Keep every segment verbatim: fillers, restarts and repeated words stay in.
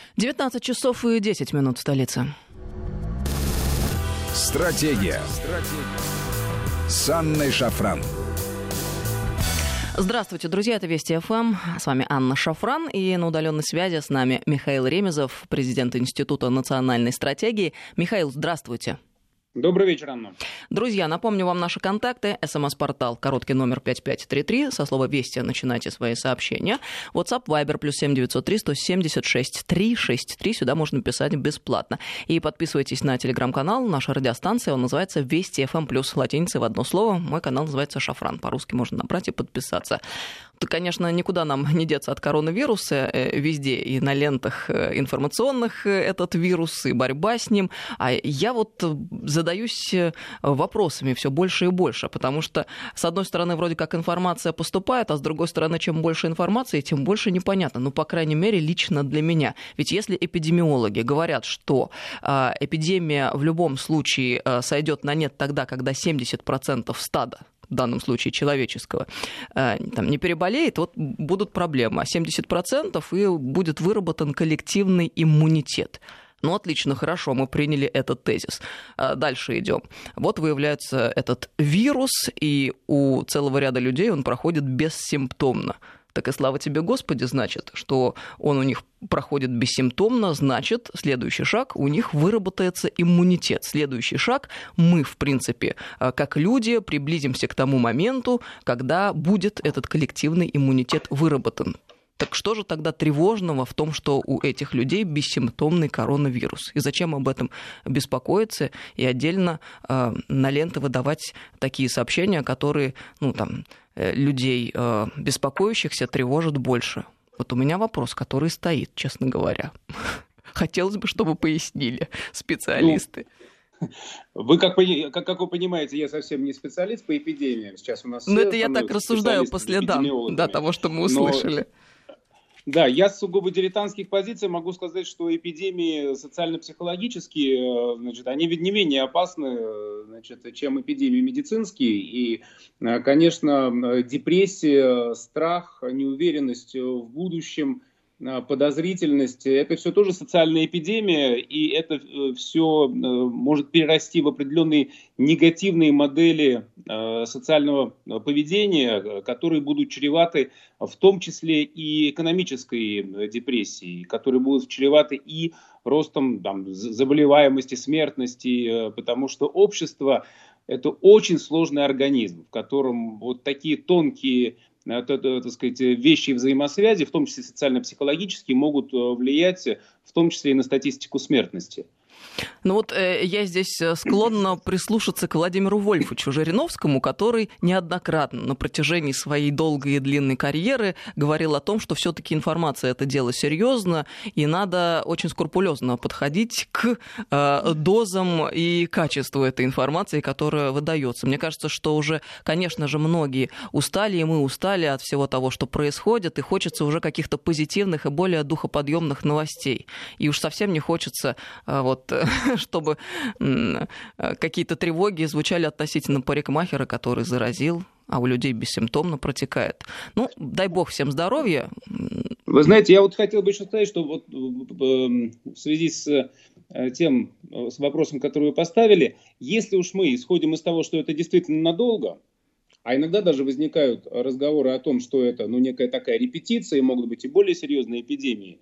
девятнадцать часов и десять минут в столице. Стратегия. Стратегия. С Анной Шафран. Здравствуйте, друзья, это Вести ФМ. С вами Анна Шафран. И на удаленной связи с нами Михаил Ремезов, президент Института национальной стратегии. Михаил, здравствуйте. Добрый вечер, Анна. Друзья, напомню вам наши контакты. СМС-портал, короткий номер пять пять три три. Со слова «Вести» начинайте свои сообщения. WhatsApp, Viber, плюс семь девятьсот три сто семьдесят шесть триста шестьдесят три. Сюда можно писать бесплатно. И подписывайтесь на телеграм-канал. Наша радиостанция, он называется «Вести ФМ» плюс латиницей в одно слово. Мой канал называется «Шафран». По-русски можно набрать и подписаться. То, конечно, никуда нам не деться от коронавируса. Везде и на лентах информационных этот вирус, и борьба с ним. А я вот задаюсь вопросами все больше и больше, потому что, с одной стороны, вроде как информация поступает, а с другой стороны, чем больше информации, тем больше непонятно. Ну, по крайней мере, лично для меня. Ведь если эпидемиологи говорят, что э, эпидемия в любом случае э, сойдет на нет тогда, когда семьдесят процентов стада, в данном случае человеческого, там, не переболеет, вот будут проблемы. А семьдесят процентов и будет выработан коллективный иммунитет. Ну, отлично, хорошо, мы приняли этот тезис. Дальше идем. Вот выявляется этот вирус, и у целого ряда людей он проходит бессимптомно. Так и слава тебе, Господи, значит, что он у них проходит бессимптомно, значит, следующий шаг, у них выработается иммунитет. Следующий шаг, мы, в принципе, как люди, приблизимся к тому моменту, когда будет этот коллективный иммунитет выработан. Так что же тогда тревожного в том, что у этих людей бессимптомный коронавирус? И зачем об этом беспокоиться и отдельно э, на ленты выдавать такие сообщения, которые, ну, там, э, людей э, беспокоящихся тревожат больше? Вот у меня вопрос, который стоит, честно говоря. Хотелось бы, чтобы пояснили специалисты. Вы, как, как, как вы понимаете, я совсем не специалист по эпидемиям. Сейчас у нас ну, это я так рассуждаю по следам, да, того, что мы услышали. Но... Да, я с сугубо дилетантских позиций могу сказать, что эпидемии социально-психологические, значит, они ведь не менее опасны, значит, чем эпидемии медицинские. И, конечно, депрессия, страх, неуверенность в будущем, подозрительность, это все тоже социальная эпидемия, и это все может перерасти в определенные негативные модели социального поведения, которые будут чреваты в том числе и экономической депрессией, которые будут чреваты и ростом там, заболеваемости, смертности, потому что общество – это очень сложный организм, в котором вот такие тонкие Это, так сказать, вещи и взаимосвязи, в том числе социально-психологические, могут влиять в том числе и на статистику смертности. Ну вот э, я здесь склонна прислушаться к Владимиру Вольфовичу Жириновскому, который неоднократно на протяжении своей долгой и длинной карьеры говорил о том, что все-таки информация – это дело серьезно, и надо очень скрупулезно подходить к э, дозам и качеству этой информации, которая выдается. Мне кажется, что уже, конечно же, многие устали, и мы устали от всего того, что происходит, и хочется уже каких-то позитивных и более духоподъемных новостей. И уж совсем не хочется э, вот чтобы какие-то тревоги звучали относительно парикмахера, который заразил, а у людей бессимптомно протекает. Ну, дай бог всем здоровья. Вы знаете, я вот хотел бы еще сказать, что вот в связи с тем с вопросом, который вы поставили, если уж мы исходим из того, что это действительно надолго, а иногда даже возникают разговоры о том, что это ну, некая такая репетиция, и могут быть и более серьезные эпидемии,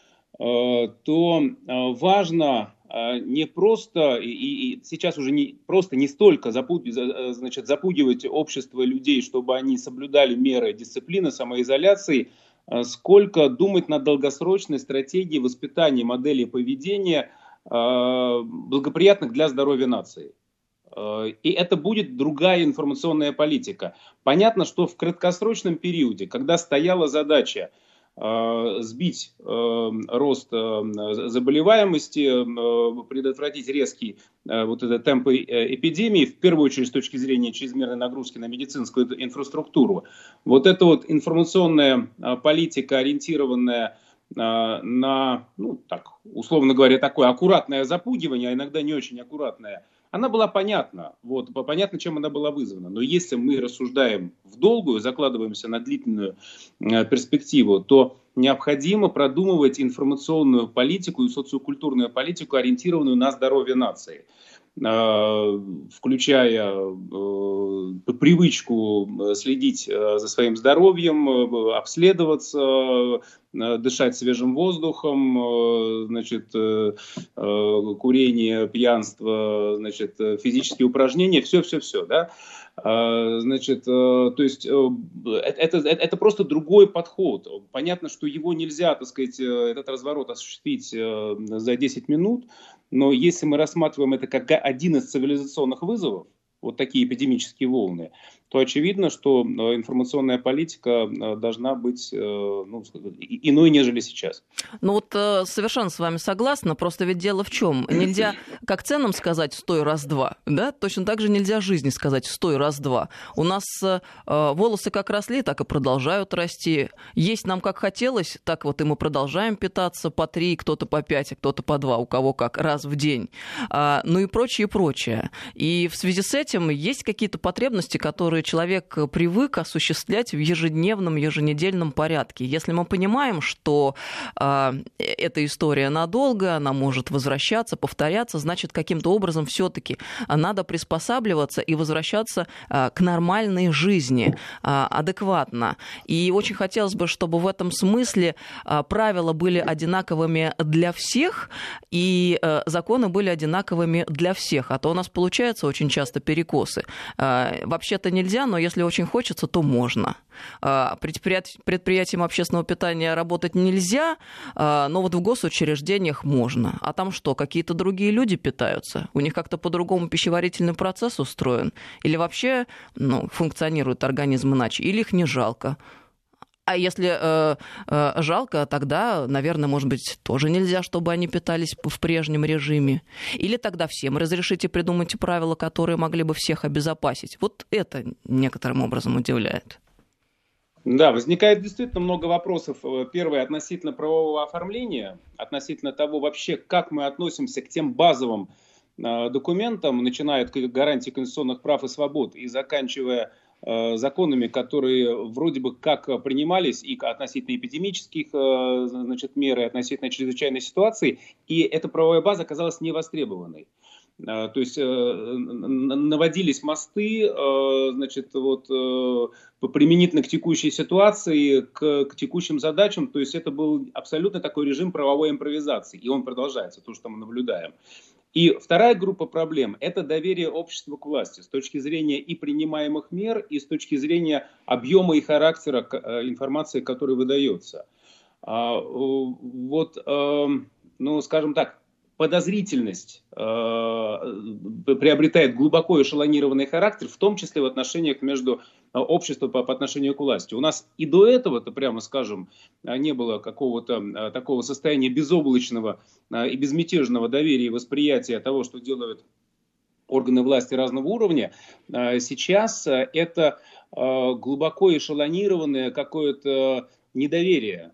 то важно не просто, и, и сейчас уже не, просто не столько запуг, значит, запугивать общество людей, чтобы они соблюдали меры дисциплины, самоизоляции, сколько думать над долгосрочной стратегией воспитания моделей поведения, благоприятных для здоровья нации. И это будет другая информационная политика. Понятно, что в краткосрочном периоде, когда стояла задача сбить э, рост э, заболеваемости, э, предотвратить резкий э, вот этот темп эпидемии, в первую очередь с точки зрения чрезмерной нагрузки на медицинскую инфраструктуру. Вот эта вот информационная э, политика, ориентированная э, на, ну так, условно говоря, такое аккуратное запугивание, а иногда не очень аккуратное, она была понятна, вот, понятно, чем она была вызвана. Но если мы рассуждаем в долгую, закладываемся на длительную э, перспективу, то необходимо продумывать информационную политику и социокультурную политику, ориентированную на здоровье нации, включая э, привычку следить за своим здоровьем, обследоваться, дышать свежим воздухом, значит, курение, пьянство, значит, физические упражнения, все-все-все, да. Значит, то есть это, это просто другой подход. Понятно, что его нельзя, так сказать, этот разворот осуществить за десять минут, но если мы рассматриваем это как один из цивилизационных вызовов, вот такие эпидемические волны, то очевидно, что информационная политика должна быть ну, иной, нежели сейчас. Ну вот совершенно с вами согласна, просто ведь дело в чем? Нельзя как ценам сказать «стой раз-два», да? Точно так же нельзя жизни сказать «стой раз-два». У нас волосы как росли, так и продолжают расти. Есть нам как хотелось, так вот и мы продолжаем питаться по три, кто-то по пять, а кто-то по два, у кого как, раз в день. Ну и прочее, и прочее. И в связи с этим есть какие-то потребности, которые человек привык осуществлять в ежедневном, еженедельном порядке. Если мы понимаем, что э, эта история надолго, она может возвращаться, повторяться, значит, каким-то образом все-таки надо приспосабливаться и возвращаться э, к нормальной жизни э, адекватно. И очень хотелось бы, чтобы в этом смысле э, правила были одинаковыми для всех, и э, законы были одинаковыми для всех. А то у нас получается очень часто перекосы. Э, вообще-то нельзя, но если очень хочется, то можно. Предприятиям, предприятиям общественного питания работать нельзя, но вот в госучреждениях можно. А там что, какие-то другие люди питаются? У них как-то по-другому пищеварительный процесс устроен? Или вообще ну, функционирует организм иначе? Или их не жалко? А если э, э, жалко, тогда, наверное, может быть, тоже нельзя, чтобы они питались в прежнем режиме. Или тогда всем разрешите придумать правила, которые могли бы всех обезопасить. Вот это некоторым образом удивляет. Да, возникает действительно много вопросов. Первое, относительно правового оформления, относительно того вообще, как мы относимся к тем базовым э, документам, начиная от гарантии конституционных прав и свобод и заканчивая законами, которые вроде бы как принимались и относительно эпидемических значит, мер, и относительно чрезвычайной ситуации, и эта правовая база оказалась невостребованной. То есть наводились мосты, значит, вот, применительно к текущей ситуации, к, к текущим задачам. То есть это был абсолютно такой режим правовой импровизации, и он продолжается, то, что мы наблюдаем. И вторая группа проблем – это доверие общества к власти с точки зрения и принимаемых мер, и с точки зрения объема и характера информации, которая выдается. Вот, ну, скажем так, подозрительность приобретает глубоко эшелонированный характер, в том числе в отношениях между обществом по, по отношению к власти. У нас и до этого-то, прямо скажем, не было какого-то такого состояния безоблачного и безмятежного доверия и восприятия того, что делают органы власти разного уровня. Сейчас это глубоко эшелонированное какое-то недоверие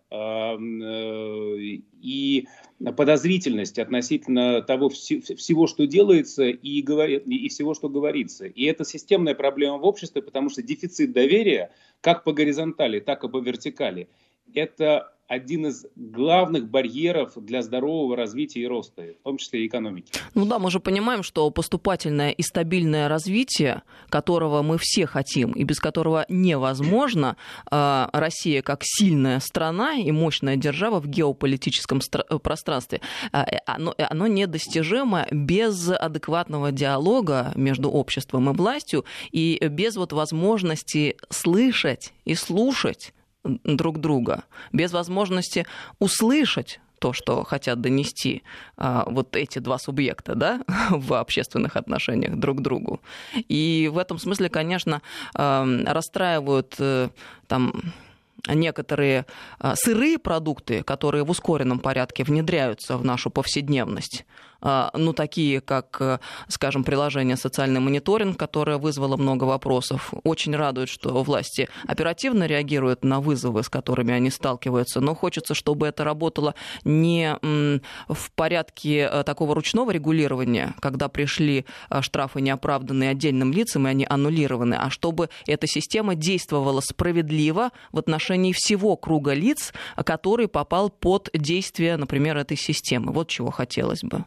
и подозрительность относительно того всего, что делается, и, говорит, и всего, что говорится. И это системная проблема в обществе, потому что дефицит доверия как по горизонтали, так и по вертикали – это один из главных барьеров для здорового развития и роста, в том числе и экономики. Ну да, мы же понимаем, что поступательное и стабильное развитие, которого мы все хотим и без которого невозможно, Россия как сильная страна и мощная держава в геополитическом пространстве, оно, оно недостижимо без адекватного диалога между обществом и властью и без вот возможности слышать и слушать друг друга, без возможности услышать то, что хотят донести а, вот эти два субъекта, да, в общественных отношениях друг к другу. И в этом смысле, конечно, а, расстраивают а, там некоторые сырые продукты, которые в ускоренном порядке внедряются в нашу повседневность. ну, такие как, скажем, приложение «Социальный мониторинг», которое вызвало много вопросов. Очень радует, что власти оперативно реагируют на вызовы, с которыми они сталкиваются, но хочется, чтобы это работало не в порядке такого ручного регулирования, когда пришли штрафы неоправданные отдельным лицам, и они аннулированы, а чтобы эта система действовала справедливо в отношении всего круга лиц, который попал под действие, например, этой системы. Вот чего хотелось бы.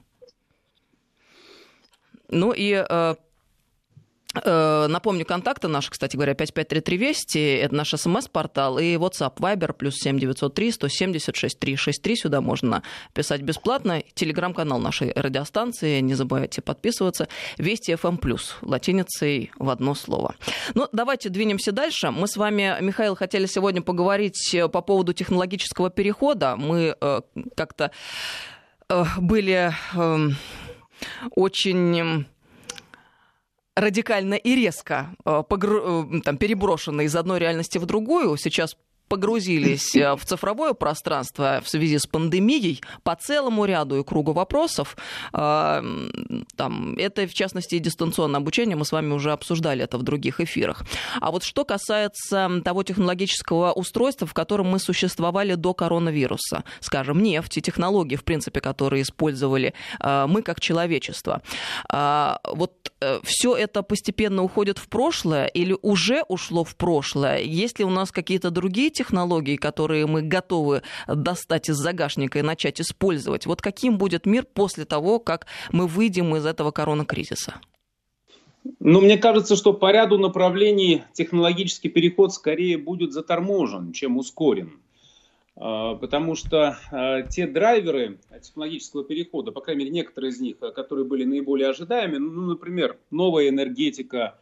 Ну и э, э, напомню, контакты наши, кстати говоря, пять пять три три Вести, это наш СМС-портал, и WhatsApp, Viber, плюс семь девятьсот три сто семьдесят шесть триста шестьдесят три, сюда можно писать бесплатно. Телеграм-канал нашей радиостанции, не забывайте подписываться, Вести эф эм плюс, латиницей в одно слово. Ну, давайте двинемся дальше. Мы с вами, Михаил, хотели сегодня поговорить по поводу технологического перехода. Мы э, как-то э, были... Э, очень радикально и резко погру... там, переброшены из одной реальности в другую. Сейчас погрузились в цифровое пространство в связи с пандемией по целому ряду и кругу вопросов. Там, это, в частности, и дистанционное обучение. Мы с вами уже обсуждали это в других эфирах. А вот что касается того технологического устройства, в котором мы существовали до коронавируса, скажем, нефть и технологии, в принципе, которые использовали мы как человечество. Вот все это постепенно уходит в прошлое или уже ушло в прошлое? Есть ли у нас какие-то другие технологии, которые мы готовы достать из загашника и начать использовать? Вот каким будет мир после того, как мы выйдем из этого коронакризиса? Ну, мне кажется, что по ряду направлений технологический переход скорее будет заторможен, чем ускорен. Потому что те драйверы технологического перехода, по крайней мере, некоторые из них, которые были наиболее ожидаемы, ну, например, новая энергетика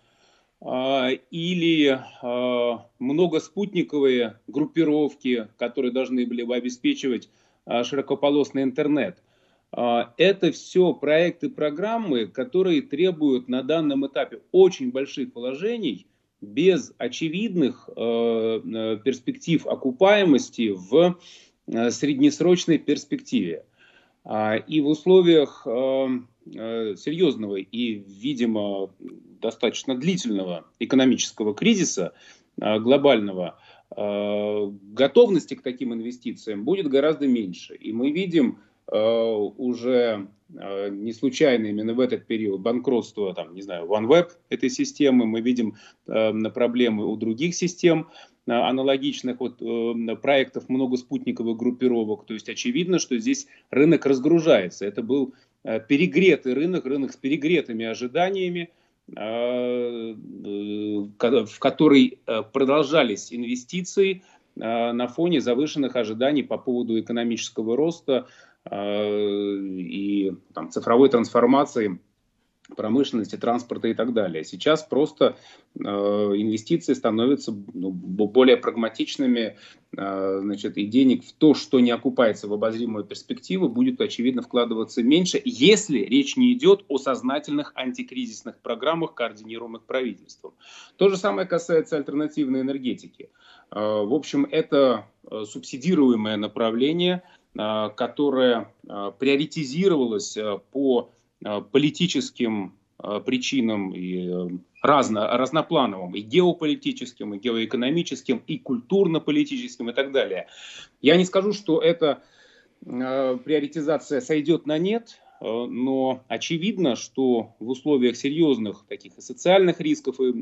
или многоспутниковые группировки, которые должны были бы обеспечивать широкополосный интернет. Это все проекты, программы, которые требуют на данном этапе очень больших вложений, без очевидных э, перспектив окупаемости в э, среднесрочной перспективе. А, и в условиях э, э, серьезного и, видимо, достаточно длительного экономического кризиса э, глобального, э, готовности к таким инвестициям будет гораздо меньше. И мы видим э, уже... не случайно именно в этот период банкротство, там, не знаю, OneWeb этой системы, мы видим э, проблемы у других систем, э, аналогичных вот, э, проектов многоспутниковых группировок. То есть очевидно, что здесь рынок разгружается. Это был э, перегретый рынок, рынок с перегретыми ожиданиями, э, э, в который э, продолжались инвестиции э, на фоне завышенных ожиданий по поводу экономического роста и там, цифровой трансформации промышленности, транспорта и так далее. Сейчас просто э, инвестиции становятся ну, более прагматичными, э, значит, и денег в то, что не окупается в обозримую перспективу, будет, очевидно, вкладываться меньше, если речь не идет о сознательных антикризисных программах, координируемых правительством. То же самое касается альтернативной энергетики. Э, в общем, это субсидируемое направление, которое приоритизировалось по политическим причинам и разно, разноплановым, и геополитическим, и геоэкономическим, и культурно-политическим, и так далее. Я не скажу, что эта приоритизация сойдет на нет, но очевидно, что в условиях серьезных таких и социальных рисков, и,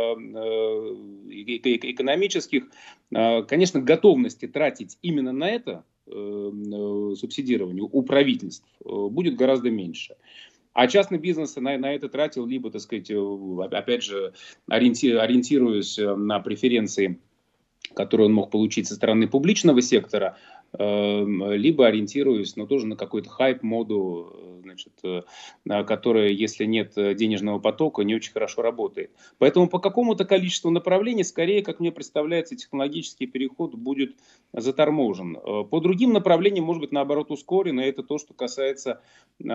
и, и экономических, конечно, готовности тратить именно на это субсидирование у правительств будет гораздо меньше. А частный бизнес на, на это тратил, либо, так сказать, опять же, ориенти, ориентируясь на преференции, которые он мог получить со стороны публичного сектора, либо ориентируясь, но тоже на какой-то хайп-моду, значит, которая, если нет денежного потока, не очень хорошо работает. Поэтому по какому-то количеству направлений, скорее, как мне представляется, технологический переход будет заторможен. По другим направлениям, может быть, наоборот, ускорен, и это то, что касается э,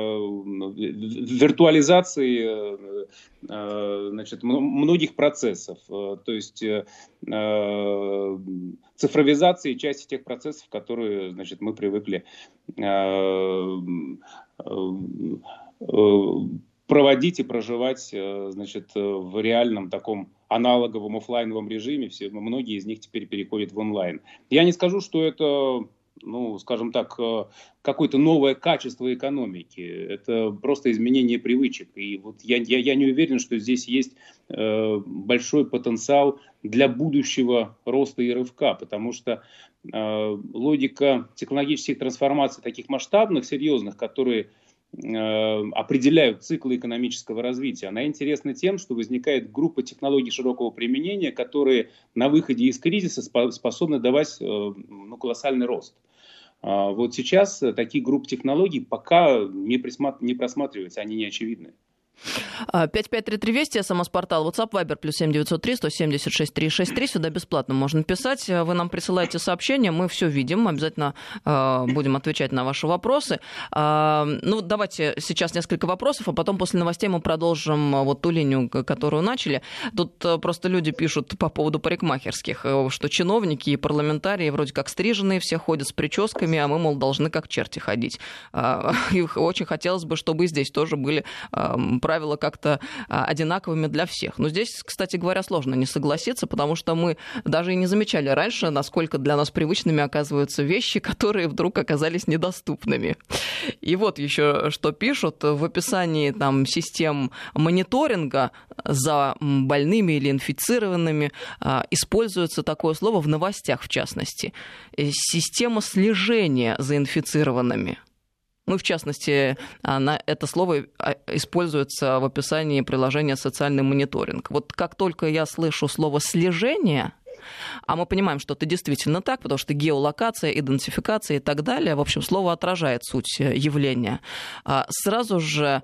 виртуализации э, значит, многих процессов, то есть э, цифровизации части тех процессов, которые, значит, мы привыкли э, проводить и проживать, значит, в реальном таком аналоговом офлайновом режиме. Все, многие из них теперь переходят в онлайн. Я не скажу, что это, ну, скажем так, какое-то новое качество экономики. Это просто изменение привычек. И вот я, я, я не уверен, что здесь есть э, большой потенциал для будущего роста и рывка, потому что э, логика технологических трансформаций таких масштабных, серьезных, которые определяют циклы экономического развития. Она интересна тем, что возникает группа технологий широкого применения, которые на выходе из кризиса способны давать, ну, колоссальный рост. Вот сейчас таких групп технологий пока не, присмат... не просматриваются, они не очевидны. пять пять три три Вести, СМС-портал, WhatsApp, Viber, плюс семь девятьсот три сто семьдесят шесть триста шестьдесят три. Сюда бесплатно можно писать. Вы нам присылаете сообщения, мы все видим, обязательно э, будем отвечать на ваши вопросы. Э, ну, давайте сейчас несколько вопросов, а потом после новостей мы продолжим вот ту линию, которую начали. Тут просто люди пишут по поводу парикмахерских, что чиновники и парламентарии вроде как стриженные, все ходят с прическами, а мы, мол, должны как черти ходить. Э, и очень хотелось бы, чтобы и здесь тоже были э, правила как-то одинаковыми для всех. Но здесь, кстати говоря, сложно не согласиться, потому что мы даже и не замечали раньше, насколько для нас привычными оказываются вещи, которые вдруг оказались недоступными. И вот еще что пишут. В описании там систем мониторинга за больными или инфицированными используется такое слово в новостях, в частности. Система слежения за инфицированными. Ну, в частности, это слово используется в описании приложения «Социальный мониторинг». Вот как только я слышу слово «слежение», а мы понимаем, что это действительно так, потому что геолокация, идентификация и так далее, в общем, слово отражает суть явления, сразу же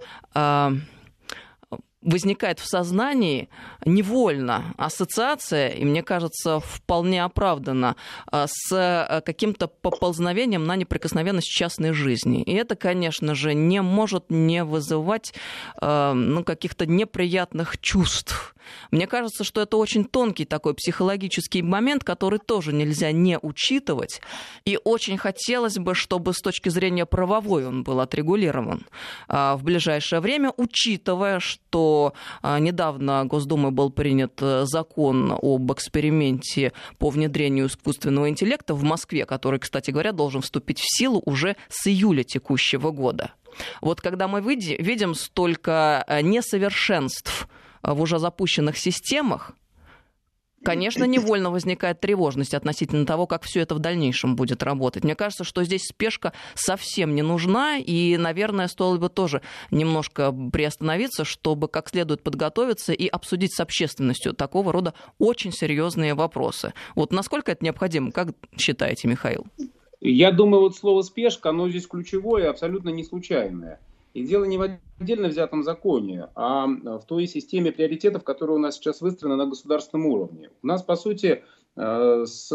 возникает в сознании невольно ассоциация, и мне кажется, вполне оправданно, с каким-то поползновением на неприкосновенность частной жизни. И это, конечно же, не может не вызывать ну, каких-то неприятных чувств. Мне кажется, что это очень тонкий такой психологический момент, который тоже нельзя не учитывать. И очень хотелось бы, чтобы с точки зрения правовой он был отрегулирован в ближайшее время, учитывая, что недавно Госдумой был принят закон об эксперименте по внедрению искусственного интеллекта в Москве, который, кстати говоря, должен вступить в силу уже с июля текущего года. Вот когда мы видим столько несовершенств в уже запущенных системах, конечно, невольно возникает тревожность относительно того, как все это в дальнейшем будет работать. Мне кажется, что здесь спешка совсем не нужна, и, наверное, стоило бы тоже немножко приостановиться, чтобы как следует подготовиться и обсудить с общественностью такого рода очень серьезные вопросы. Вот насколько это необходимо, как считаете, Михаил? Я думаю, вот слово «спешка», оно здесь ключевое, абсолютно не случайное. И дело не в отдельно взятом законе, а в той системе приоритетов, которая у нас сейчас выстроена на государственном уровне. У нас, по сути, с,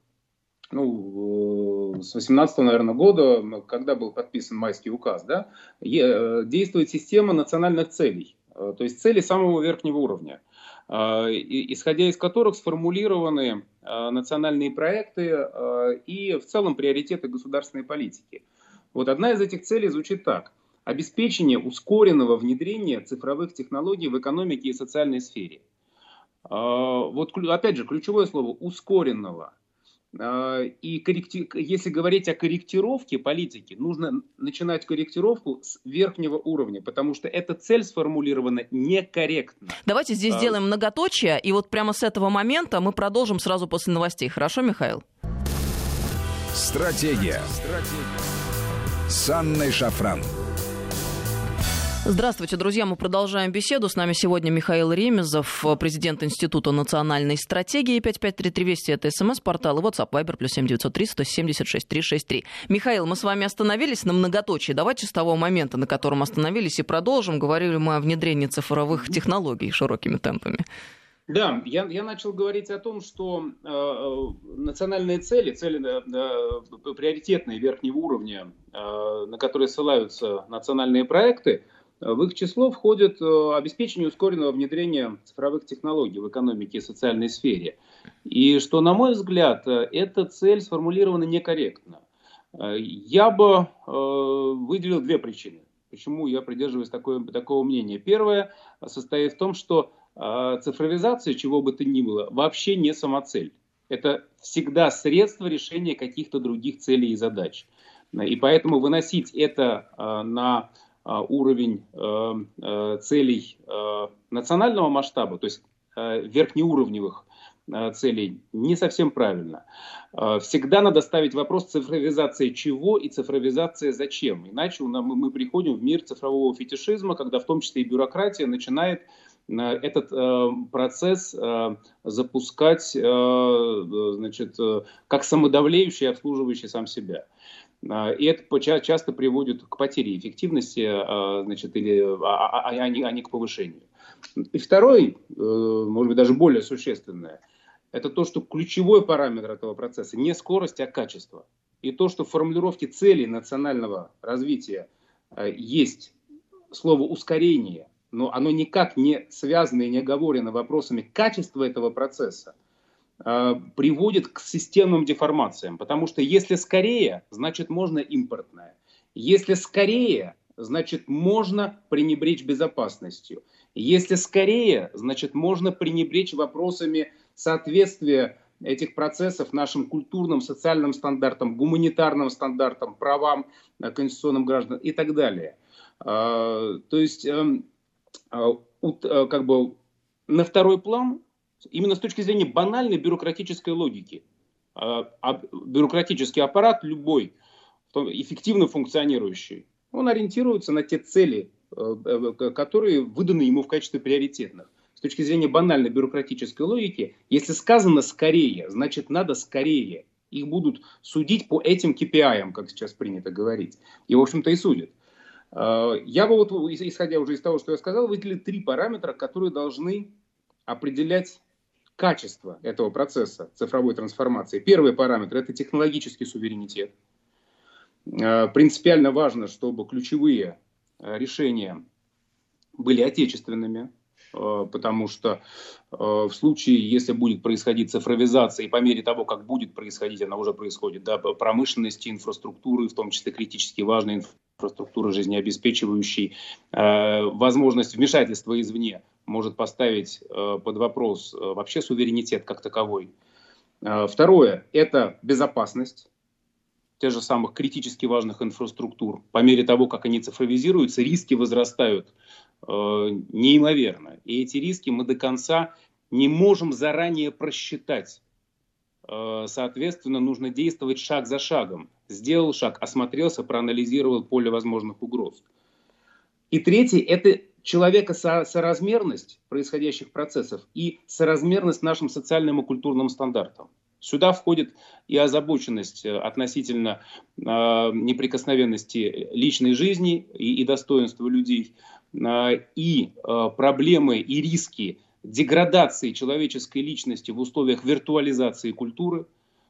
ну, с восемнадцатого, наверное, года, когда был подписан майский указ, да, действует система национальных целей, то есть цели самого верхнего уровня, исходя из которых сформулированы национальные проекты и в целом приоритеты государственной политики. Вот одна из этих целей звучит так. Обеспечение ускоренного внедрения цифровых технологий в экономике и социальной сфере. Вот опять же ключевое слово ускоренного. И корректи... если говорить о корректировке политики, нужно начинать корректировку с верхнего уровня, потому что эта цель сформулирована некорректно. Давайте здесь а... сделаем многоточие, и вот прямо с этого момента мы продолжим сразу после новостей. Хорошо, Михаил? Стратегия. Стратегия. С Анной Шафран. Здравствуйте, друзья. Мы продолжаем беседу. С нами сегодня Михаил Ремезов, президент Института национальной стратегии. пять пять три три Вести — это СМС-портал. И WhatsApp, Viber, плюс семь девятьсот три сто семьдесят шесть триста шестьдесят три. Михаил, мы с вами остановились на многоточии. Давайте с того момента, на котором остановились, и продолжим. Говорили мы о внедрении цифровых технологий широкими темпами. Да, я, я начал говорить о том, что э, национальные цели, цели э, приоритетные верхнего уровня, э, на которые ссылаются национальные проекты, в их число входит обеспечение ускоренного внедрения цифровых технологий в экономике и социальной сфере. И что, на мой взгляд, эта цель сформулирована некорректно. Я бы выделил две причины. Почему я придерживаюсь такой, такого мнения? Первое состоит в том, что э, цифровизация, чего бы то ни было, вообще не самоцель. Это всегда средство решения каких-то других целей и задач. И поэтому выносить это э, на э, уровень э, э, целей э, национального масштаба, то есть э, верхнеуровневых э, целей, не совсем правильно. Э, всегда надо ставить вопрос цифровизации чего и цифровизация зачем. Иначе мы, мы приходим в мир цифрового фетишизма, когда в том числе и бюрократия начинает этот э, процесс э, запускать э, значит, э, как самодавлеющий, обслуживающий сам себя. Э, и это часто приводит к потере эффективности, э, значит, или, а, а, а, не, а не к повышению. И второй, э, может быть, даже более существенное, это то, что ключевой параметр этого процесса не скорость, а качество. И то, что в формулировке целей национального развития э, есть слово «ускорение», но оно никак не связано и не оговорено вопросами качества этого процесса, э, приводит к системным деформациям. Потому что если скорее, значит можно импортное. Если скорее, значит можно пренебречь безопасностью. Если скорее, значит можно пренебречь вопросами соответствия этих процессов нашим культурным, социальным стандартам, гуманитарным стандартам, правам конституционным граждан и так далее. Э, то есть... Э, как бы на второй план, именно с точки зрения банальной бюрократической логики. Бюрократический аппарат любой, эффективно функционирующий, он ориентируется на те цели, которые выданы ему в качестве приоритетных. С точки зрения банальной бюрократической логики, если сказано «скорее», значит надо скорее. Их будут судить по этим кей пи ай, как сейчас принято говорить. И, в общем-то, и судят. Я бы, вот, исходя уже из того, что я сказал, выделил три параметра, которые должны определять качество этого процесса цифровой трансформации. Первый параметр – это технологический суверенитет. Принципиально важно, чтобы ключевые решения были отечественными, потому что в случае, если будет происходить цифровизация, и по мере того, как будет происходить, она уже происходит, да, промышленности, инфраструктуры, в том числе критически важной инфраструктуры, инфраструктуры жизнеобеспечивающей, э, возможность вмешательства извне может поставить э, под вопрос э, вообще суверенитет как таковой. Э, второе – это безопасность тех же самых критически важных инфраструктур. По мере того, как они цифровизируются, риски возрастают э, неимоверно. И эти риски мы до конца не можем заранее просчитать. Соответственно, нужно действовать шаг за шагом. Сделал шаг, осмотрелся, проанализировал поле возможных угроз. И третий – это человекосоразмерность происходящих процессов и соразмерность нашим социальным и культурным стандартам. Сюда входит и озабоченность относительно э, неприкосновенности личной жизни и, и достоинства людей, э, и э, проблемы и риски деградации человеческой личности в условиях виртуализации культуры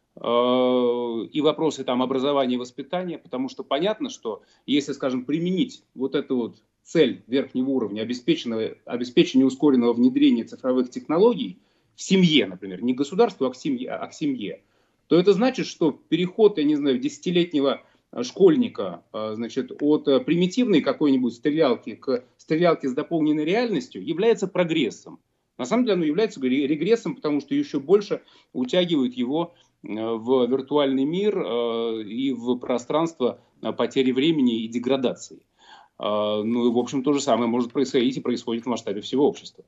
э, и вопросы там образования и воспитания, потому что понятно, что если, скажем, применить вот эту вот цель верхнего уровня обеспеченного, обеспечения ускоренного внедрения цифровых технологий в семье, например, не к государству, а к семье, а к семье, то это значит, что переход, я не знаю, десятилетнего школьника, значит, от примитивной какой-нибудь стрелялки к стрелялке с дополненной реальностью является прогрессом. На самом деле оно является регрессом, потому что еще больше утягивает его в виртуальный мир и в пространство потери времени и деградации. Ну и, в общем, то же самое может происходить и происходит в масштабе всего общества.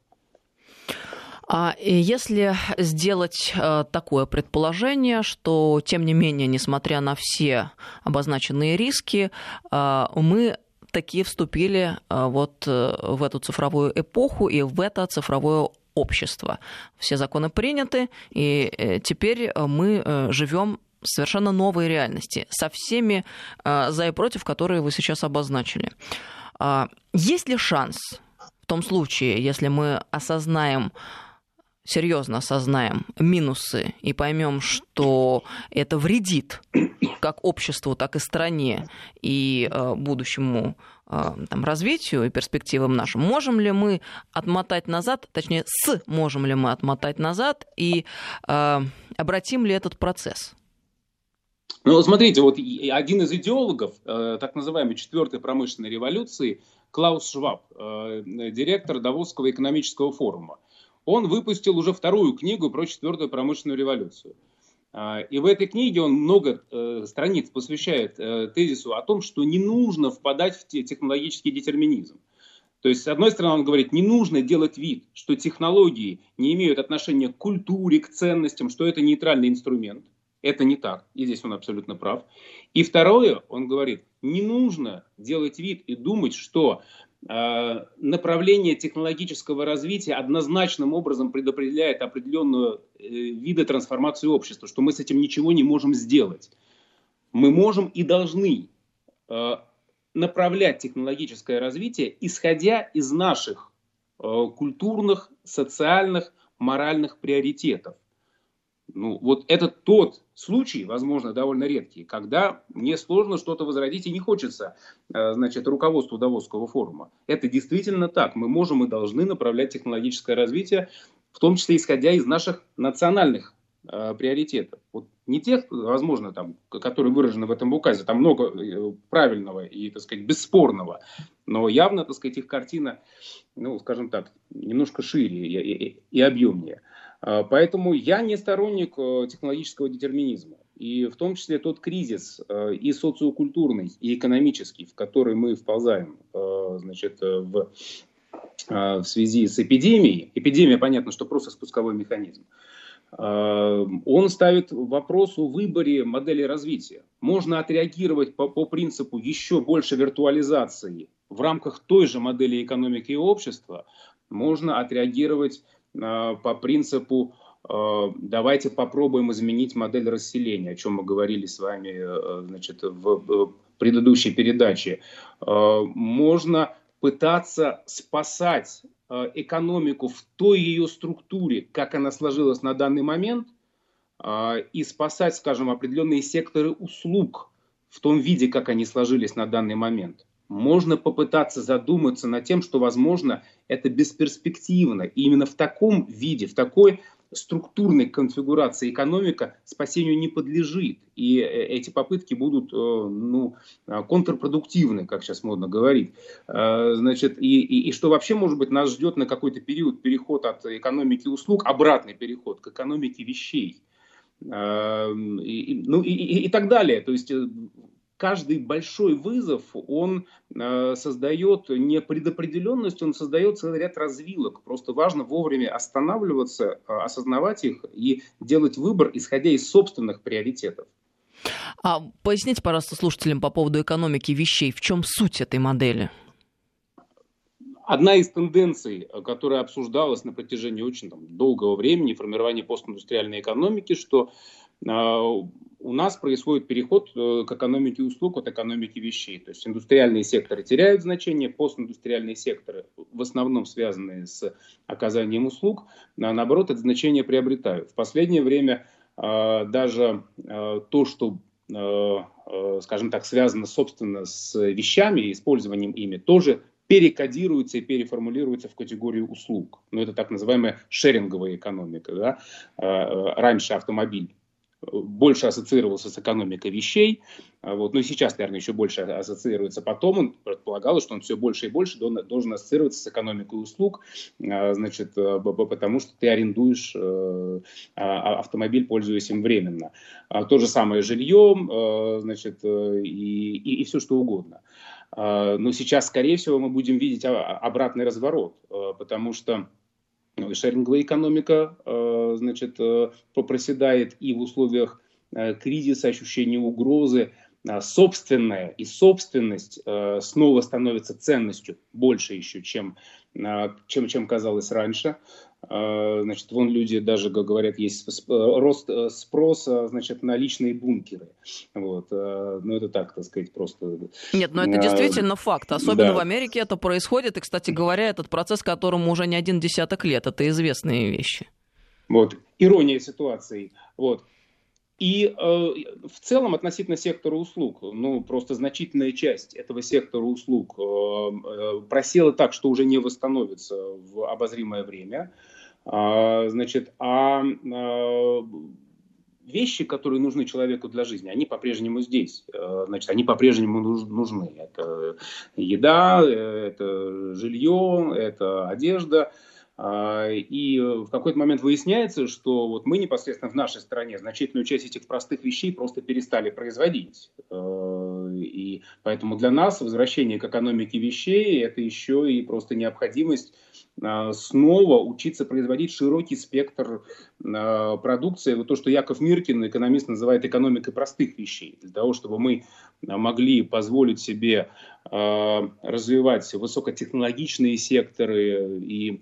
А если сделать такое предположение, что, тем не менее, несмотря на все обозначенные риски, мы такие вступили вот в эту цифровую эпоху и в это цифровое общество. Все законы приняты, и теперь мы живем в совершенно новой реальности, со всеми за и против, которые вы сейчас обозначили. Есть ли шанс в том случае, если мы осознаем, серьезно осознаем минусы и поймем, что это вредит как обществу, так и стране и э, будущему э, там, развитию и перспективам нашим, можем ли мы отмотать назад, точнее, с можем ли мы отмотать назад и э, обратим ли этот процесс? Ну, смотрите, вот один из идеологов э, так называемой четвертой промышленной революции, Клаус Шваб, э, директор Давосского экономического форума, он выпустил уже вторую книгу про четвертую промышленную революцию. Э, и в этой книге он много э, страниц посвящает э, тезису о том, что не нужно впадать в технологический детерминизм. То есть, с одной стороны, он говорит, не нужно делать вид, что технологии не имеют отношения к культуре, к ценностям, что это нейтральный инструмент. Это не так, и здесь он абсолютно прав. И второе, он говорит, не нужно делать вид и думать, что э, направление технологического развития однозначным образом предопределяет определенную э, виды трансформации общества, что мы с этим ничего не можем сделать. Мы можем и должны э, направлять технологическое развитие, исходя из наших э, культурных, социальных, моральных приоритетов. Ну, вот это тот случай, возможно, довольно редкий, когда мне сложно что-то возродить и не хочется, значит, руководству Давосского форума. Это действительно так. Мы можем и должны направлять технологическое развитие, в том числе исходя из наших национальных э, приоритетов. Вот не тех, возможно, там, которые выражены в этом указе, там много правильного и, так сказать, бесспорного, но явно, так сказать, их картина, ну, скажем так, немножко шире и, и, и объемнее. Поэтому я не сторонник технологического детерминизма. И в том числе тот кризис и социокультурный, и экономический, в который мы вползаем, значит, в, в связи с эпидемией. Эпидемия, понятно, что просто спусковой механизм. Он ставит вопрос о выборе модели развития. Можно отреагировать по, по принципу еще больше виртуализации в рамках той же модели экономики и общества. Можно отреагировать по принципу давайте попробуем изменить модель расселения, о чем мы говорили с вами, значит, в предыдущей передаче. Можно пытаться спасать экономику в той ее структуре, как она сложилась на данный момент, и спасать, скажем, определенные секторы услуг в том виде, как они сложились на данный момент. Можно попытаться задуматься над тем, что, возможно, это бесперспективно. И именно в таком виде, в такой структурной конфигурации экономика спасению не подлежит. И эти попытки будут, ну, контрпродуктивны, как сейчас модно говорить. Значит, и, и, и что вообще, может быть, нас ждет на какой-то период переход от экономики услуг, обратный переход к экономике вещей. И, и, ну, и, и, и так далее. То есть каждый большой вызов, он э, создает не предопределенность, он создает целый ряд развилок. Просто важно вовремя останавливаться, э, осознавать их и делать выбор, исходя из собственных приоритетов. А поясните, пожалуйста, слушателям по поводу экономики вещей. В чем суть этой модели? Одна из тенденций, которая обсуждалась на протяжении очень там, долгого времени, формирования постиндустриальной экономики, что э, у нас происходит переход к экономике услуг от экономики вещей. То есть индустриальные секторы теряют значение, постиндустриальные секторы, в основном связанные с оказанием услуг, наоборот, это значение приобретают. В последнее время э, даже э, то, что, э, скажем так, связано, собственно, с вещами и использованием ими, тоже перекодируется и переформулируется в категорию услуг. Но это так называемая шеринговая экономика. Да? Раньше автомобиль больше ассоциировался с экономикой вещей, вот. Ну и сейчас, наверное, еще больше ассоциируется. Потом он предполагал, что он все больше и больше должен ассоциироваться с экономикой услуг, значит, потому что ты арендуешь автомобиль, пользуясь им временно. То же самое с жильем, значит, и, и, и все что угодно. Но сейчас, скорее всего, мы будем видеть обратный разворот, потому что шеринговая экономика, значит, проседает, и в условиях кризиса, ощущения угрозы, собственная и собственность снова становится ценностью больше еще, чем, чем, чем казалось раньше. Значит, вон люди даже говорят, есть рост спроса, значит, на личные бункеры. Вот. Ну, это так, так сказать, просто... Нет, но это действительно факт. Особенно да. в Америке это происходит. И, кстати говоря, этот процесс, которому уже не один десяток лет. Это известные вещи. Вот. Ирония ситуации. Вот. И э, в целом относительно сектора услуг, ну, просто значительная часть этого сектора услуг э, э, просела так, что уже не восстановится в обозримое время. А, значит, а, а вещи, которые нужны человеку для жизни, они по-прежнему здесь. Значит, они по-прежнему нужны. Это еда, это жилье, это одежда. И в какой-то момент выясняется, что вот мы непосредственно в нашей стране значительную часть этих простых вещей просто перестали производить. И поэтому для нас возвращение к экономике вещей – это еще и просто необходимость снова учиться производить широкий спектр продукции. Вот то, что Яков Миркин, экономист, называет экономикой простых вещей. Для того, чтобы мы могли позволить себе развивать высокотехнологичные секторы и,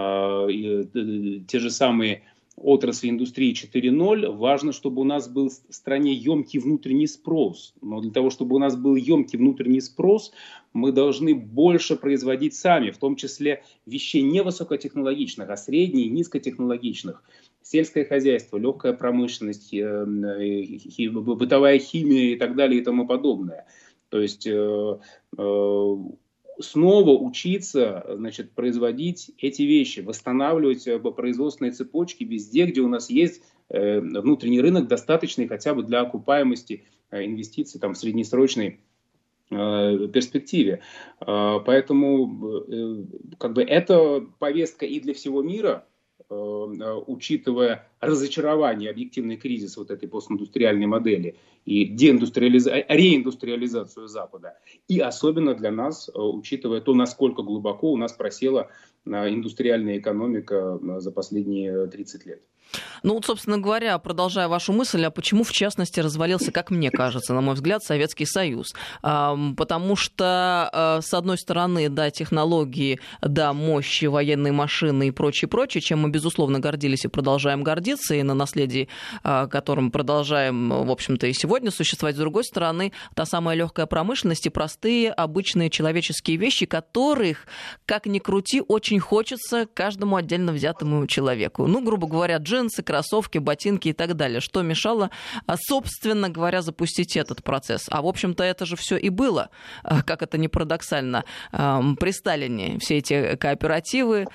и те же самые отрасли индустрии четыре ноль, важно, чтобы у нас был в стране емкий внутренний спрос. Но для того, чтобы у нас был емкий внутренний спрос, мы должны больше производить сами, в том числе вещей не высокотехнологичных, а средне- и низкотехнологичных. Сельское хозяйство, легкая промышленность, бытовая химия и так далее и тому подобное. То есть снова учиться, значит, производить эти вещи, восстанавливать производственные цепочки везде, где у нас есть внутренний рынок, достаточный хотя бы для окупаемости инвестиций там, в среднесрочной перспективе. Поэтому как бы, это повестка и для всего мира, учитывая разочарование, объективный кризис вот этой постиндустриальной модели и деиндустриализа... реиндустриализацию Запада. И особенно для нас, учитывая то, насколько глубоко у нас просела индустриальная экономика за последние тридцать лет. Ну вот, собственно говоря, продолжая вашу мысль, а почему, в частности, развалился, как мне кажется, на мой взгляд, Советский Союз? Потому что, с одной стороны, да, технологии, да, мощи, военные машины и прочее, прочее, чем мы, безусловно, гордились и продолжаем гордиться, и на наследии, которым продолжаем, в общем-то, и сегодня существовать. С другой стороны, та самая легкая промышленность и простые, обычные человеческие вещи, которых, как ни крути, очень хочется каждому отдельно взятому человеку. Ну, грубо говоря, джинсы, кроссовки, ботинки и так далее. Что мешало, собственно говоря, запустить этот процесс? А, в общем-то, это же все и было, как это ни парадоксально, при Сталине. Все эти кооперативы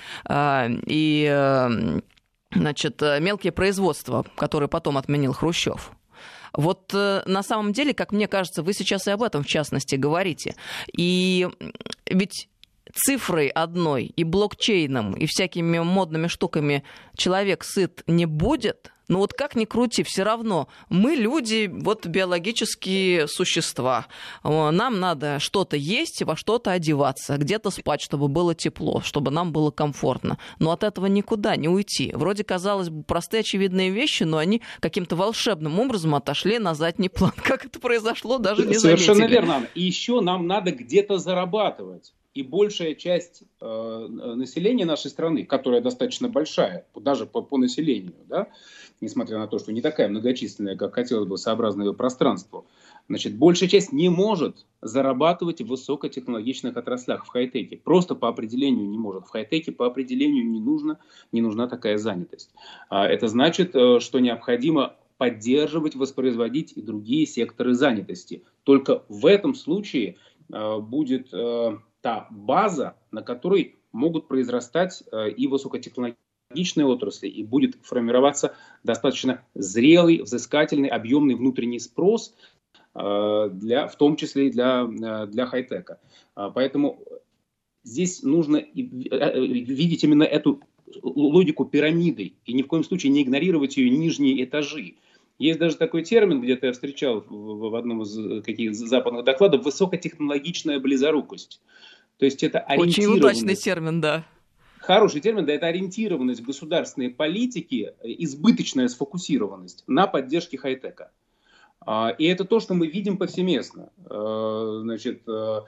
и, значит, мелкие производства, которые потом отменил Хрущев. Вот на самом деле, как мне кажется, вы сейчас и об этом, в частности, говорите. И ведь цифрой одной и блокчейном, и всякими модными штуками человек сыт не будет. Но вот как ни крути, все равно мы люди, вот биологические существа. Нам надо что-то есть, во что-то одеваться, где-то спать, чтобы было тепло, чтобы нам было комфортно. Но от этого никуда не уйти. Вроде, казалось бы, простые очевидные вещи, но они каким-то волшебным образом отошли на задний план. Как это произошло, даже не заметили. Совершенно верно. И еще нам надо где-то зарабатывать. И большая часть э, населения нашей страны, которая достаточно большая, даже по, по населению, да, несмотря на то, что не такая многочисленная, как хотелось бы, сообразно ее пространству, значит, большая часть не может зарабатывать в высокотехнологичных отраслях, в хай-теке. Просто по определению не может. В хай-теке по определению не нужно, не нужна такая занятость. А это значит, что необходимо поддерживать, воспроизводить и другие секторы занятости. Только в этом случае э, будет... Э, та база, на которой могут произрастать э, и высокотехнологичные отрасли, и будет формироваться достаточно зрелый, взыскательный, объемный внутренний спрос, э, для, в том числе и для, э, для хай-тека. Э, поэтому здесь нужно видеть именно эту логику пирамиды, и ни в коем случае не игнорировать ее нижние этажи. Есть даже такой термин, где-то я встречал в одном из каких западных докладов, высокотехнологичная близорукость. То есть это ориентированность. Очень удачный термин, да. Хороший термин, да, это ориентированность государственной политики, избыточная сфокусированность на поддержке хай-тека. И это то, что мы видим повсеместно. Значит,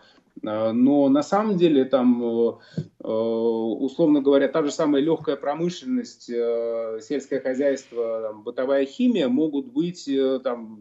но на самом деле там, условно говоря, та же самая легкая промышленность, сельское хозяйство, там, бытовая химия могут быть там,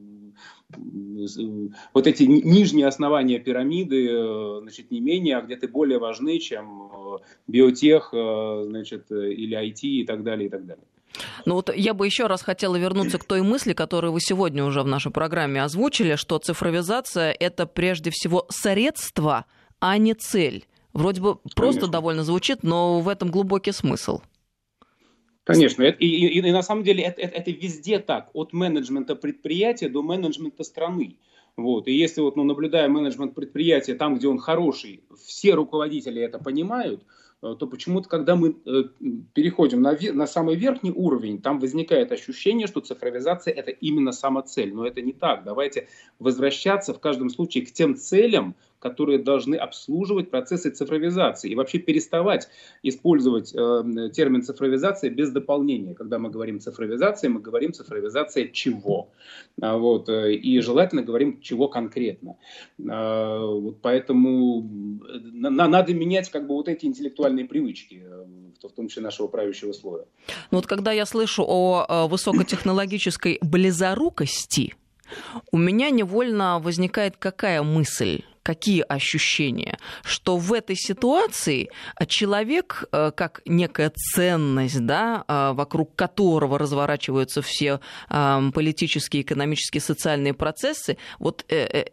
вот эти нижние основания пирамиды, значит, не менее, а где-то более важны, чем биотех, значит, или ай ти и так далее, и так далее. Ну вот я бы еще раз хотела вернуться к той мысли, которую вы сегодня уже в нашей программе озвучили, что цифровизация – это прежде всего средство, а не цель. Вроде бы просто Конечно. довольно звучит, но в этом глубокий смысл. Конечно, и, и, и на самом деле это, это, это везде так, от менеджмента предприятия до менеджмента страны. Вот. И если вот, ну, наблюдая менеджмент предприятия там, где он хороший, все руководители это понимают, то почему-то, когда мы переходим на, на самый верхний уровень, там возникает ощущение, что цифровизация – это именно самоцель. Но это не так. Давайте возвращаться в каждом случае к тем целям, которые должны обслуживать процессы цифровизации. И вообще переставать использовать э, термин цифровизация без дополнения. Когда мы говорим цифровизация, мы говорим цифровизация чего. А, вот, э, и желательно говорим чего конкретно. А, вот поэтому на, надо менять как бы вот эти интеллектуальные привычки, в том числе нашего правящего слоя. Ну вот когда я слышу о высокотехнологической близорукости, у меня невольно возникает какая мысль? Какие ощущения? Что в этой ситуации человек, как некая ценность, да, вокруг которого разворачиваются все политические, экономические, социальные процессы, вот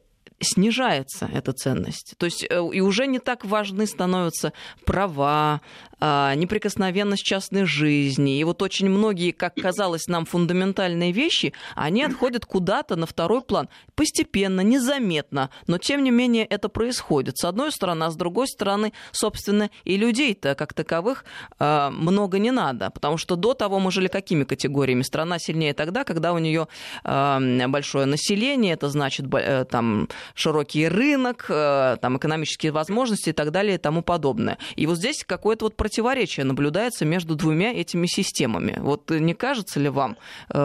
снижается эта ценность. То есть и уже не так важны становятся права, неприкосновенность частной жизни. И вот очень многие, как казалось нам, фундаментальные вещи, они отходят куда-то на второй план. Постепенно, незаметно, но тем не менее это происходит. С одной стороны, а с другой стороны, собственно, и людей-то как таковых много не надо. Потому что до того мы жили какими категориями? Страна сильнее тогда, когда у нее большое население, это значит там широкий рынок, там, экономические возможности и так далее и тому подобное. И вот здесь какое-то вот противоречие наблюдается между двумя этими системами. Вот не кажется ли вам?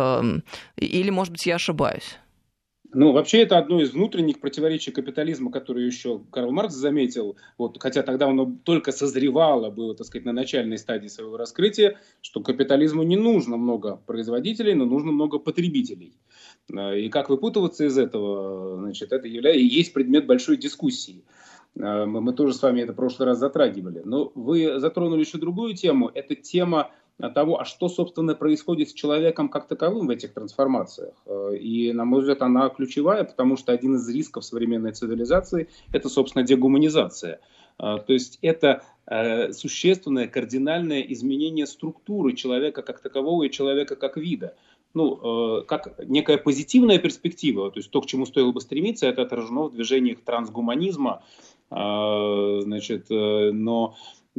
Или, может быть, я ошибаюсь? Ну, вообще, это одно из внутренних противоречий капитализма, которое еще Карл Маркс заметил, вот, хотя тогда оно только созревало, было, так сказать, на начальной стадии своего раскрытия, что капитализму не нужно много производителей, но нужно много потребителей. И как выпутываться из этого, значит, это является, и есть предмет большой дискуссии. Мы, мы тоже с вами это в прошлый раз затрагивали. Но вы затронули еще другую тему. Это тема того, а что, собственно, происходит с человеком как таковым в этих трансформациях. И, на мой взгляд, она ключевая, потому что один из рисков современной цивилизации – это, собственно, дегуманизация. То есть это существенное, кардинальное изменение структуры человека как такового и человека как вида. Ну, как некая позитивная перспектива, то есть то, к чему стоило бы стремиться, это отражено в движениях трансгуманизма, значит, но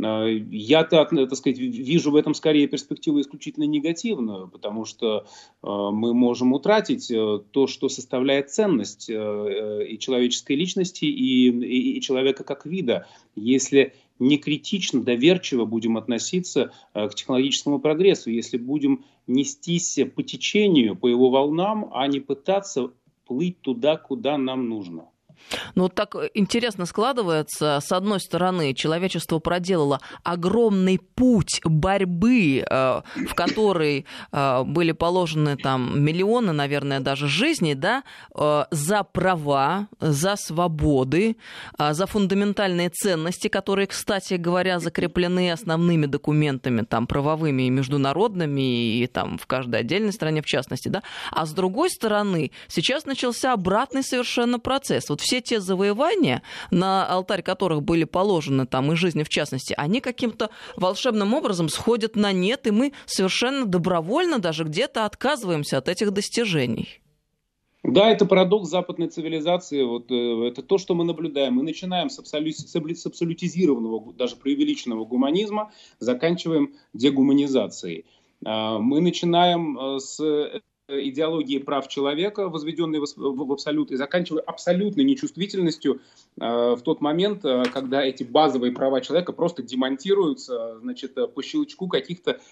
я-то, так сказать, вижу в этом скорее перспективу исключительно негативную, потому что мы можем утратить то, что составляет ценность и человеческой личности, и, и, и человека как вида, если не критично, доверчиво будем относиться к технологическому прогрессу, если будем нестись по течению, по его волнам, а не пытаться плыть туда, куда нам нужно. Ну, вот так интересно складывается. С одной стороны, человечество проделало огромный путь борьбы, в который были положены там миллионы, наверное, даже жизней, да, за права, за свободы, за фундаментальные ценности, которые, кстати говоря, закреплены основными документами там, правовыми и международными, и там в каждой отдельной стране в частности, да. А с другой стороны, сейчас начался обратный совершенно процесс. Вот все те завоевания, на алтарь которых были положены, там, и жизни в частности, они каким-то волшебным образом сходят на нет, и мы совершенно добровольно даже где-то отказываемся от этих достижений. Да, это парадокс западной цивилизации. Вот, э, это то, что мы наблюдаем. Мы начинаем с, абсолю... с абсолютизированного, даже преувеличенного гуманизма, заканчиваем дегуманизацией. Э, мы начинаем э, с идеологии прав человека, возведенной в, в, в абсолют, и заканчивая абсолютной нечувствительностью э, в тот момент, э, когда эти базовые права человека просто демонтируются, значит, по щелчку каких-то э,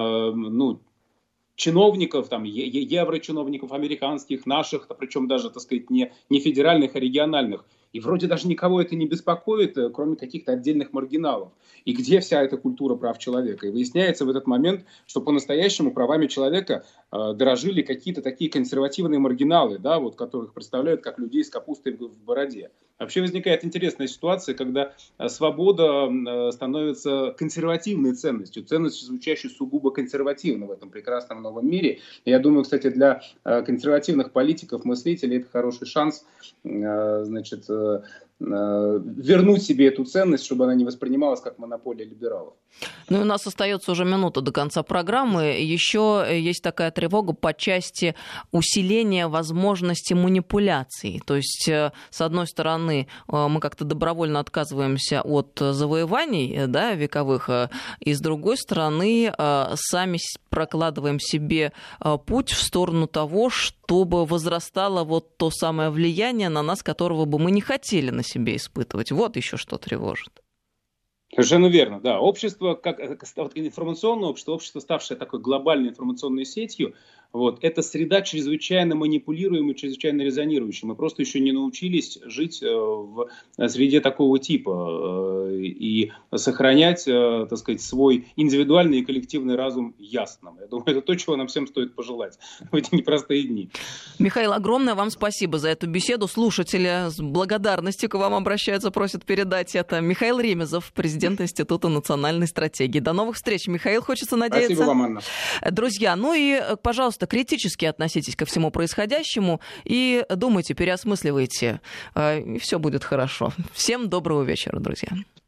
ну, чиновников, там, е- еврочиновников американских, наших, причем даже, так сказать, не, не федеральных, а региональных. И вроде даже никого это не беспокоит, кроме каких-то отдельных маргиналов. И где вся эта культура прав человека? И выясняется в этот момент, что по-настоящему правами человека э, дорожили какие-то такие консервативные маргиналы, да, вот, которых представляют как людей с капустой в бороде. Вообще возникает интересная ситуация, когда свобода э, становится консервативной ценностью, ценностью, звучащей сугубо консервативно в этом прекрасном новом мире. И я думаю, кстати, для э, консервативных политиков, мыслителей это хороший шанс, э, значит, вернуть себе эту ценность, чтобы она не воспринималась как монополия либералов. Ну, у нас остается уже минута до конца программы. Еще есть такая тревога по части усиления возможности манипуляций. То есть, с одной стороны, мы как-то добровольно отказываемся от завоеваний, да, вековых, и с другой стороны, сами прокладываем себе путь в сторону того, чтобы возрастало вот то самое влияние на нас, которого бы мы не хотели на себе испытывать. Вот еще что тревожит. Совершенно верно, да. Общество, как информационное общество, общество, ставшее такой глобальной информационной сетью, вот, это среда чрезвычайно манипулируемая, чрезвычайно резонирующая. Мы просто еще не научились жить в среде такого типа и сохранять, так сказать, свой индивидуальный и коллективный разум ясным. Я думаю, это то, чего нам всем стоит пожелать в эти непростые дни. Михаил, огромное вам спасибо за эту беседу. Слушатели с благодарностью к вам обращаются, просят передать это. Михаил Ремезов, президент Института национальной стратегии. До новых встреч, Михаил, хочется надеяться. Спасибо вам, Анна. Друзья, ну и, пожалуйста, критически относитесь ко всему происходящему и думайте, переосмысливайте, и все будет хорошо. Всем доброго вечера, друзья.